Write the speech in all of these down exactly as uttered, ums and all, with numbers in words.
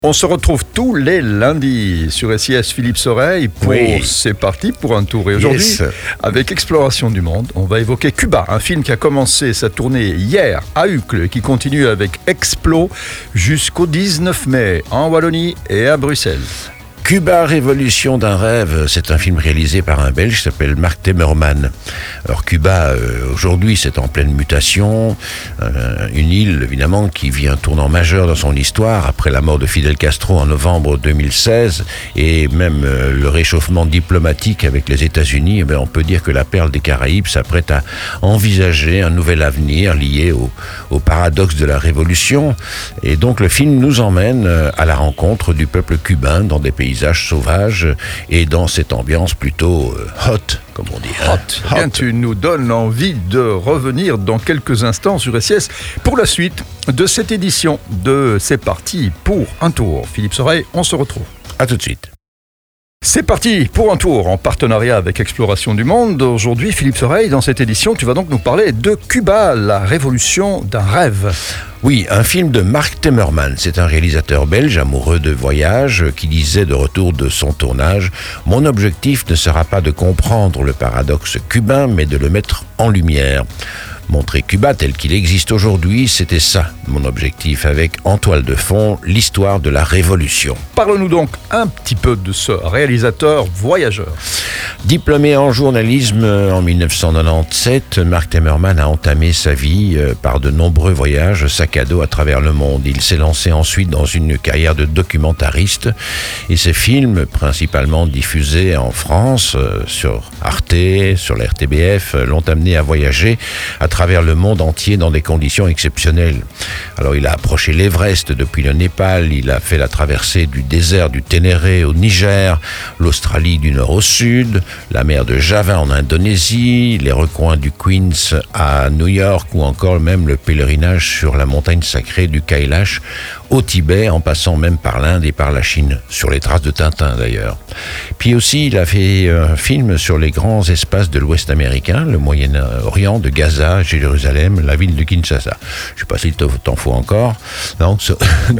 On se retrouve tous les lundis sur S I S Philippe Soreille pour Oui. C'est parti pour un tour. Et aujourd'hui, Yes. avec Exploration du monde, on va évoquer Cuba, un film qui a commencé sa tournée hier à Uccle et qui continue avec Explo jusqu'au dix-neuf mai en Wallonie et à Bruxelles. Cuba, révolution d'un rêve, c'est un film réalisé par un Belge qui s'appelle Mark Temmerman. Alors Cuba, euh, aujourd'hui, c'est en pleine mutation, euh, une île, évidemment, qui vit un tournant majeur dans son histoire après la mort de Fidel Castro en novembre deux mille seize et même euh, le réchauffement diplomatique avec les États-Unis. Eh bien, on peut dire que la perle des Caraïbes s'apprête à envisager un nouvel avenir lié au, au paradoxe de la révolution. Et donc le film nous emmène euh, à la rencontre du peuple cubain dans des pays sauvages et dans cette ambiance plutôt euh, hot, comme on dit. Hein. Hot. Eh bien, tu nous donnes envie de revenir dans quelques instants sur S I S pour la suite de cette édition de C'est parti pour un tour. Philippe Soreille, on se retrouve. À tout de suite. C'est parti pour un tour en partenariat avec Exploration du monde. Aujourd'hui, Philippe Soreille, dans cette édition, tu vas donc nous parler de Cuba, la révolution d'un rêve. Oui, un film de Mark Temmerman. C'est un réalisateur belge amoureux de voyage qui disait de retour de son tournage « Mon objectif ne sera pas de comprendre le paradoxe cubain, mais de le mettre en lumière ». Montrer Cuba tel qu'il existe aujourd'hui, c'était ça, mon objectif, avec en toile de fond l'histoire de la révolution. Parle-nous donc un petit peu de ce réalisateur voyageur. Diplômé en journalisme en dix-neuf cent quatre-vingt-dix-sept, Mark Temmerman a entamé sa vie par de nombreux voyages sac à dos à travers le monde. Il s'est lancé ensuite dans une carrière de documentariste et ses films, principalement diffusés en France, sur Arte, sur la R T B F, l'ont amené à voyager à travers le monde entier dans des conditions exceptionnelles. Alors il a approché l'Everest depuis le Népal, il a fait la traversée du désert du Ténéré au Niger, l'Australie du nord au sud, la mer de Java en Indonésie, les recoins du Queens à New York ou encore même le pèlerinage sur la montagne sacrée du Kailash au Tibet, en passant même par l'Inde et par la Chine, sur les traces de Tintin d'ailleurs. Puis aussi, il a fait un film sur les grands espaces de l'Ouest américain, le Moyen-Orient, de Gaza, Jérusalem, la ville de Kinshasa. Je ne sais pas s'il t'en faut encore. Donc, c'est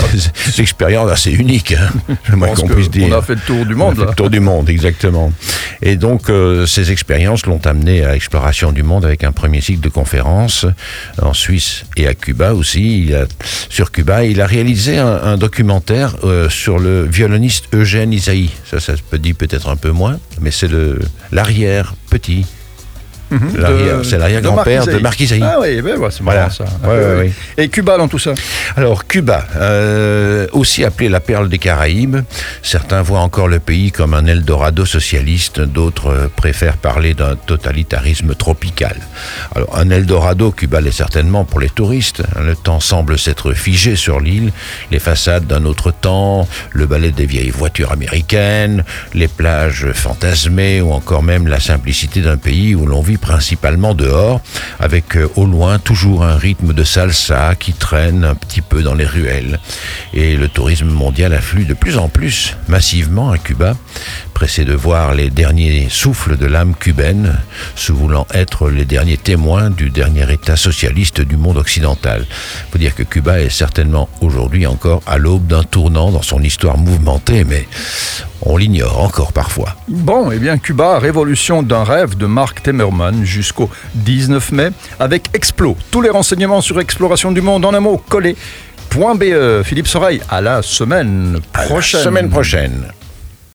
des expériences assez uniques, hein, Je pense qu'on puisse dire. On a fait le tour du monde. On a fait là. le tour du monde, exactement. Et donc, euh, ces expériences l'ont amené à l'exploration du monde avec un premier cycle de conférences en Suisse et à Cuba aussi. Il a, sur Cuba, il a réalisé un, un documentaire euh, sur le violoniste Eugène Ysaÿe. Ça, ça se peut dire peut-être un peu moins, mais c'est le, l'arrière petit. Mhm. L'arrière, De- c'est l'arrière-grand-père de Mark Ysaÿe. Ah oui, ben, ouais, c'est Voilà. marrant ça. Ouais, ouais, ouais. Et Cuba dans tout ça. Alors Cuba, euh, aussi appelée la perle des Caraïbes, certains voient encore le pays comme un Eldorado socialiste, d'autres euh, préfèrent parler d'un totalitarisme tropical. Alors un Eldorado, Cuba l'est certainement pour les touristes. Le temps semble s'être figé sur l'île, les façades d'un autre temps, le balai des vieilles voitures américaines, les plages fantasmées ou encore même la simplicité d'un pays où l'on vit principalement dehors, avec euh, au loin toujours un rythme de salsa qui traîne un petit peu dans les ruelles. Et le tourisme mondial afflue de plus en plus massivement à Cuba, pressé de voir les derniers souffles de l'âme cubaine, se voulant être les derniers témoins du dernier état socialiste du monde occidental. Il faut dire que Cuba est certainement aujourd'hui encore à l'aube d'un tournant dans son histoire mouvementée, mais on l'ignore encore parfois. Bon, eh bien Cuba, révolution d'un rêve de Mark Temmerman jusqu'au dix-neuf mai avec Explo. Tous les renseignements sur Exploration du monde en un mot collé. .be. Philippe Soreille, à la semaine prochaine. À la semaine prochaine.